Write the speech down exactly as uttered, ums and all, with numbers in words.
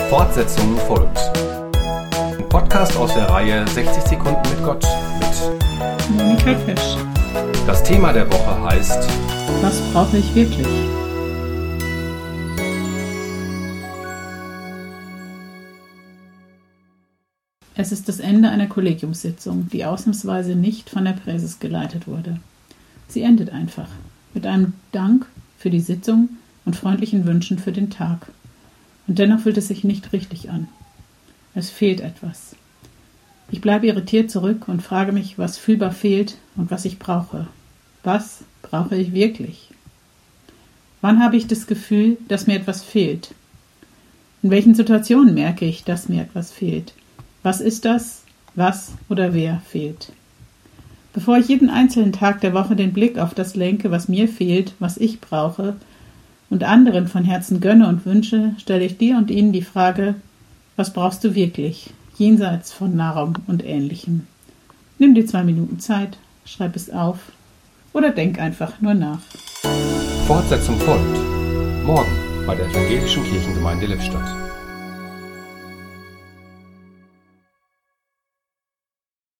Fortsetzung folgt. Ein Podcast aus der Reihe sechzig Sekunden mit Gott mit Monika Fisch. Das Thema der Woche heißt: Was brauche ich wirklich? Es ist das Ende einer Kollegiumssitzung, die ausnahmsweise nicht von der Präses geleitet wurde. Sie endet einfach mit einem Dank für die Sitzung und freundlichen Wünschen für den Tag. Und dennoch fühlt es sich nicht richtig an. Es fehlt etwas. Ich bleibe irritiert zurück und frage mich, was fühlbar fehlt und was ich brauche. Was brauche ich wirklich? Wann habe ich das Gefühl, dass mir etwas fehlt? In welchen Situationen merke ich, dass mir etwas fehlt? Was ist das? Was oder wer fehlt? Bevor ich jeden einzelnen Tag der Woche den Blick auf das lenke, was mir fehlt, was ich brauche und anderen von Herzen gönne und wünsche, stelle ich dir und ihnen die Frage: Was brauchst du wirklich, jenseits von Nahrung und Ähnlichem? Nimm dir zwei Minuten Zeit, schreib es auf oder denk einfach nur nach. Fortsetzung folgt. Morgen bei der Evangelischen Kirchengemeinde Lippstadt.